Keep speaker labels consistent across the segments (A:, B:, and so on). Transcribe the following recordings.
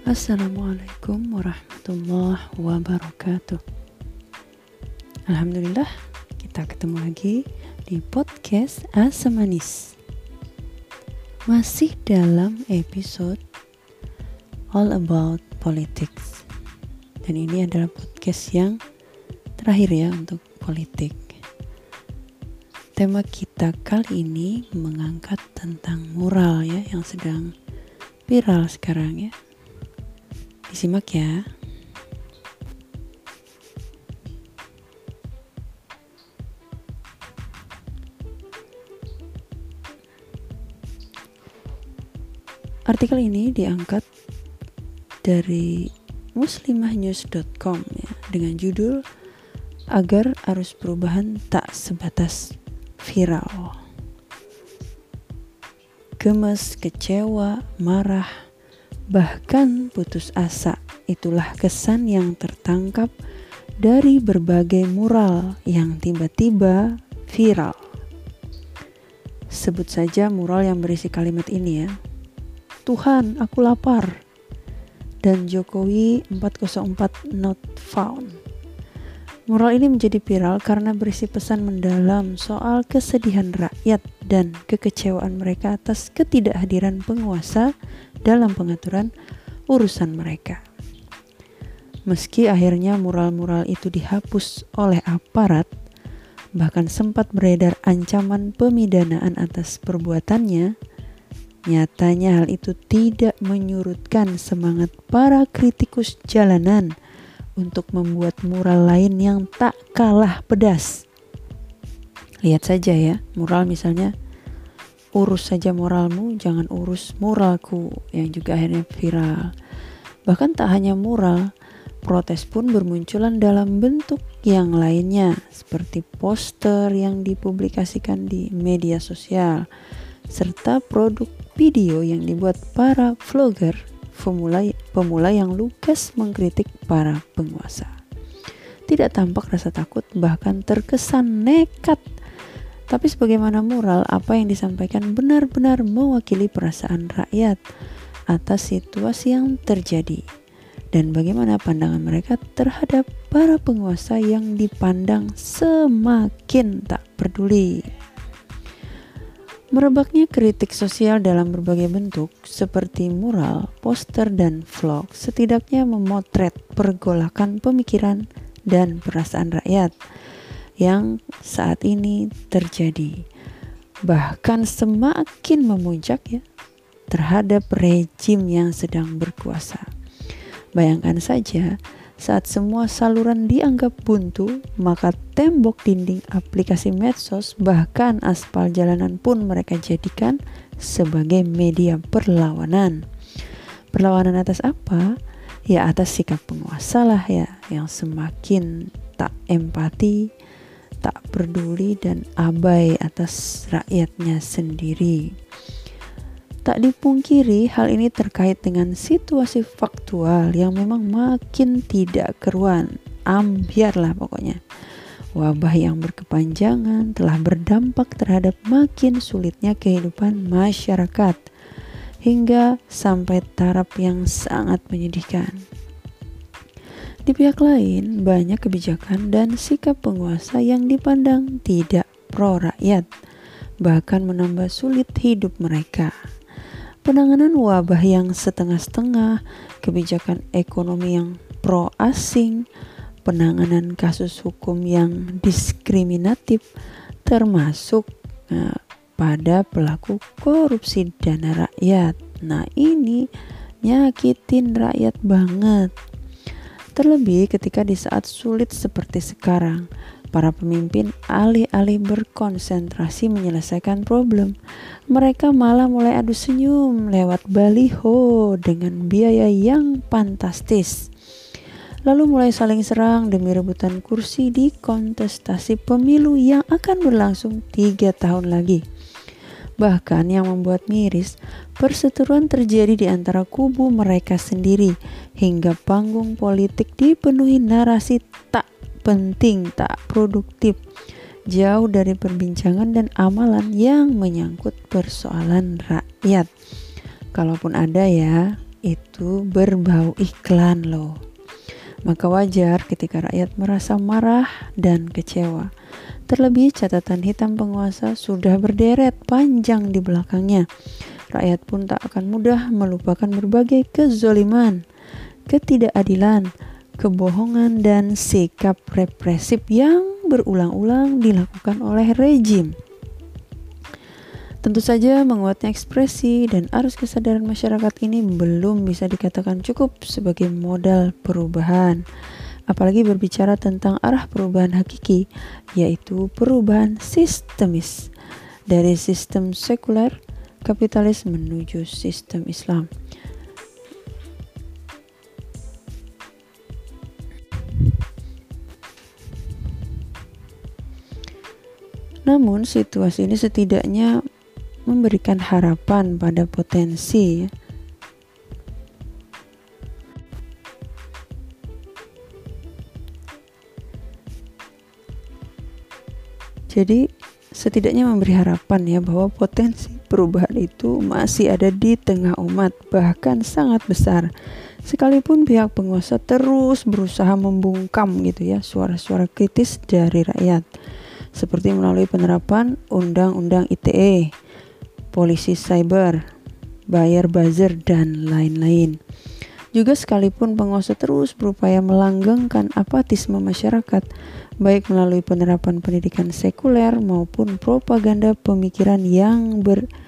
A: Assalamualaikum warahmatullahi wabarakatuh. Alhamdulillah, kita ketemu lagi di podcast Asam Manis. Masih dalam episode All About Politics. Dan ini adalah podcast yang terakhir ya untuk politik. Tema kita kali ini mengangkat tentang moral ya, yang sedang viral sekarang ya. Disimak ya. Artikel ini diangkat dari muslimahnews.com ya, dengan judul Agar Arus Perubahan Tak Sebatas Viral. Gemes, kecewa, marah, bahkan putus asa, itulah kesan yang tertangkap dari berbagai mural yang tiba-tiba viral. Sebut saja mural yang berisi kalimat ini ya. Tuhan, aku lapar. Dan Jokowi 404 not found. Mural ini menjadi viral karena berisi pesan mendalam soal kesedihan rakyat dan kekecewaan mereka atas ketidakhadiran penguasa dalam pengaturan urusan mereka. Meski akhirnya mural-mural itu dihapus oleh aparat, bahkan sempat beredar ancaman pemidanaan atas perbuatannya, nyatanya hal itu tidak menyurutkan semangat para kritikus jalanan untuk membuat mural lain yang tak kalah pedas. Lihat saja ya, mural misalnya, urus saja moralmu, jangan urus muralku, yang juga akhirnya viral. Bahkan tak hanya mural, protes pun bermunculan dalam bentuk yang lainnya, seperti poster yang dipublikasikan di media sosial, serta produk video yang dibuat para vlogger pemula yang lugas mengkritik para penguasa. Tidak tampak rasa takut, bahkan terkesan nekat. Tapi sebagaimana mural, apa yang disampaikan benar-benar mewakili perasaan rakyat atas situasi yang terjadi dan bagaimana pandangan mereka terhadap para penguasa yang dipandang semakin tak peduli. Merebaknya kritik sosial dalam berbagai bentuk seperti mural, poster, dan vlog setidaknya memotret pergolakan pemikiran dan perasaan rakyat yang saat ini terjadi, bahkan semakin memuncak ya terhadap rejim yang sedang berkuasa. Bayangkan saja, saat semua saluran dianggap buntu, maka tembok dinding aplikasi medsos bahkan aspal jalanan pun mereka jadikan sebagai media perlawanan. Perlawanan atas apa? Ya atas sikap penguasa lah ya, yang semakin tak empati, tak peduli dan abai atas rakyatnya sendiri. Tak dipungkiri hal ini terkait dengan situasi faktual yang memang makin tidak keruan, ambyar lah pokoknya. Wabah yang berkepanjangan telah berdampak terhadap makin sulitnya kehidupan masyarakat hingga sampai taraf yang sangat menyedihkan. Di pihak lain, banyak kebijakan dan sikap penguasa yang dipandang tidak pro rakyat, bahkan menambah sulit hidup mereka. Penanganan wabah yang setengah-setengah, kebijakan ekonomi yang pro asing, penanganan kasus hukum yang diskriminatif, termasuk pada pelaku korupsi dana rakyat. Nah ini nyakitin rakyat banget. Terlebih ketika di saat sulit seperti sekarang, para pemimpin alih-alih berkonsentrasi menyelesaikan problem, mereka malah mulai adu senyum lewat baliho dengan biaya yang fantastis. Lalu mulai saling serang demi rebutan kursi di kontestasi pemilu yang akan berlangsung 3 tahun lagi. Bahkan yang membuat miris, perseteruan terjadi di antara kubu mereka sendiri hingga panggung politik dipenuhi narasi tak penting, tak produktif, jauh dari perbincangan dan amalan yang menyangkut persoalan rakyat. Kalaupun ada ya, itu berbau iklan loh. Maka wajar ketika rakyat merasa marah dan kecewa. Terlebih catatan hitam penguasa sudah berderet panjang di belakangnya. Rakyat pun tak akan mudah melupakan berbagai kezoliman, ketidakadilan, kebohongan, dan sikap represif yang berulang-ulang dilakukan oleh rejim. Tentu saja menguatnya ekspresi dan arus kesadaran masyarakat ini belum bisa dikatakan cukup sebagai modal perubahan. Apalagi berbicara tentang arah perubahan hakiki, yaitu perubahan sistemis dari sistem sekuler kapitalis menuju sistem Islam. Namun situasi ini setidaknya memberikan harapan pada potensi. Jadi setidaknya memberi harapan ya bahwa potensi perubahan itu masih ada di tengah umat, bahkan sangat besar. Sekalipun pihak penguasa terus berusaha membungkam gitu ya suara-suara kritis dari rakyat, seperti melalui penerapan Undang-Undang ITE, polisi cyber, bayar buzzer, dan lain-lain. Juga sekalipun penguasa terus berupaya melanggengkan apatisme masyarakat, baik melalui penerapan pendidikan sekuler maupun propaganda pemikiran yang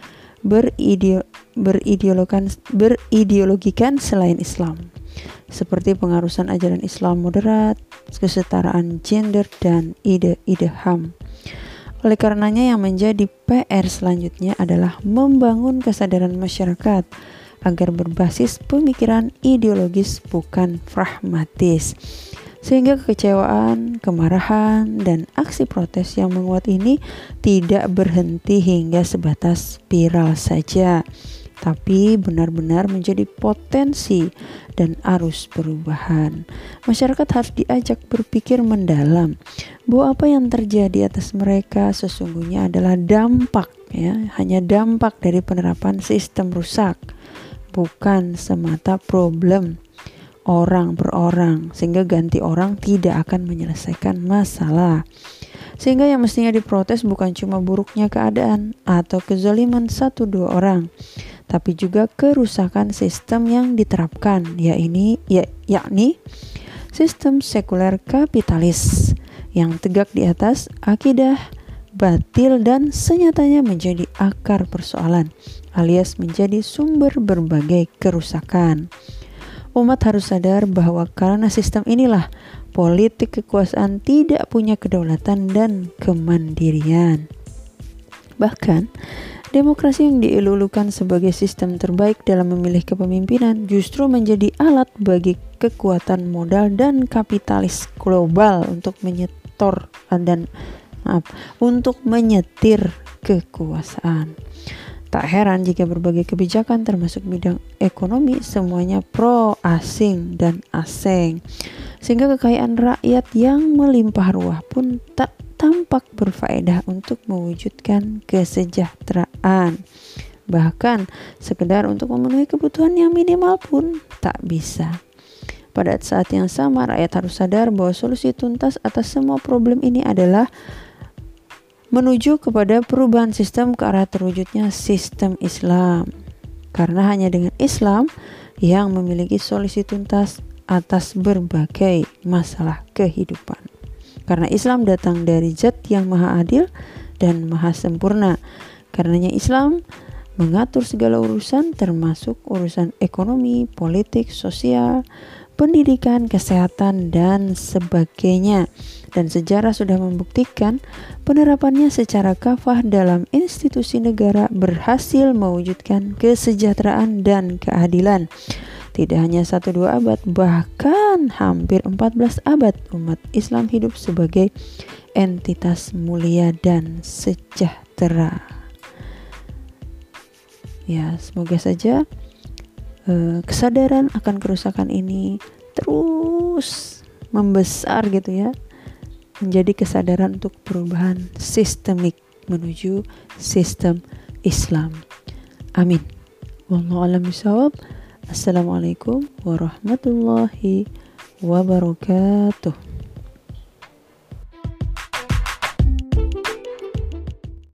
A: berideologikan selain Islam, seperti pengarusan ajaran Islam moderat, kesetaraan gender, dan ide-ide HAM. Oleh karenanya yang menjadi PR selanjutnya adalah membangun kesadaran masyarakat agar berbasis pemikiran ideologis bukan pragmatis. Sehingga kekecewaan, kemarahan, dan aksi protes yang menguat ini tidak berhenti hingga sebatas viral saja, tapi benar-benar menjadi potensi dan arus perubahan. Masyarakat harus diajak berpikir mendalam bahwa apa yang terjadi atas mereka sesungguhnya adalah dampak ya, hanya dampak dari penerapan sistem rusak, bukan semata problem orang per orang, sehingga ganti orang tidak akan menyelesaikan masalah. Sehingga yang mestinya diprotes bukan cuma buruknya keadaan atau kezaliman 1-2 orang, tapi juga kerusakan sistem yang diterapkan, yakni sistem sekuler kapitalis yang tegak di atas akidah batil dan senyatanya menjadi akar persoalan, alias menjadi sumber berbagai kerusakan. Umat harus sadar bahwa karena sistem inilah politik kekuasaan tidak punya kedaulatan dan kemandirian. Bahkan demokrasi yang dielulukan sebagai sistem terbaik dalam memilih kepemimpinan justru menjadi alat bagi kekuatan modal dan kapitalis global untuk menyetir kekuasaan. Tak heran jika berbagai kebijakan termasuk bidang ekonomi semuanya pro asing dan asing, sehingga kekayaan rakyat yang melimpah ruah pun tak tampak berfaedah untuk mewujudkan kesejahteraan. Bahkan sekedar untuk memenuhi kebutuhan yang minimal pun tak bisa. Pada saat yang sama, rakyat harus sadar bahwa solusi tuntas atas semua problem ini adalah menuju kepada perubahan sistem ke arah terwujudnya sistem Islam. Karena hanya dengan Islam yang memiliki solusi tuntas atas berbagai masalah kehidupan. Karena Islam datang dari Zat yang Maha Adil dan Maha Sempurna. Karenanya Islam mengatur segala urusan termasuk urusan ekonomi, politik, sosial, pendidikan, kesehatan, dan sebagainya. Dan sejarah sudah membuktikan penerapannya secara kafah dalam institusi negara berhasil mewujudkan kesejahteraan dan keadilan. Tidak hanya 1-2 abad, bahkan hampir 14 abad umat Islam hidup sebagai entitas mulia dan sejahtera. Ya, semoga saja kesadaran akan kerusakan ini terus membesar gitu ya, menjadi kesadaran untuk perubahan sistemik menuju sistem Islam. Amin. Wallahu a'lam bishawab. Assalamualaikum warahmatullahi wabarakatuh.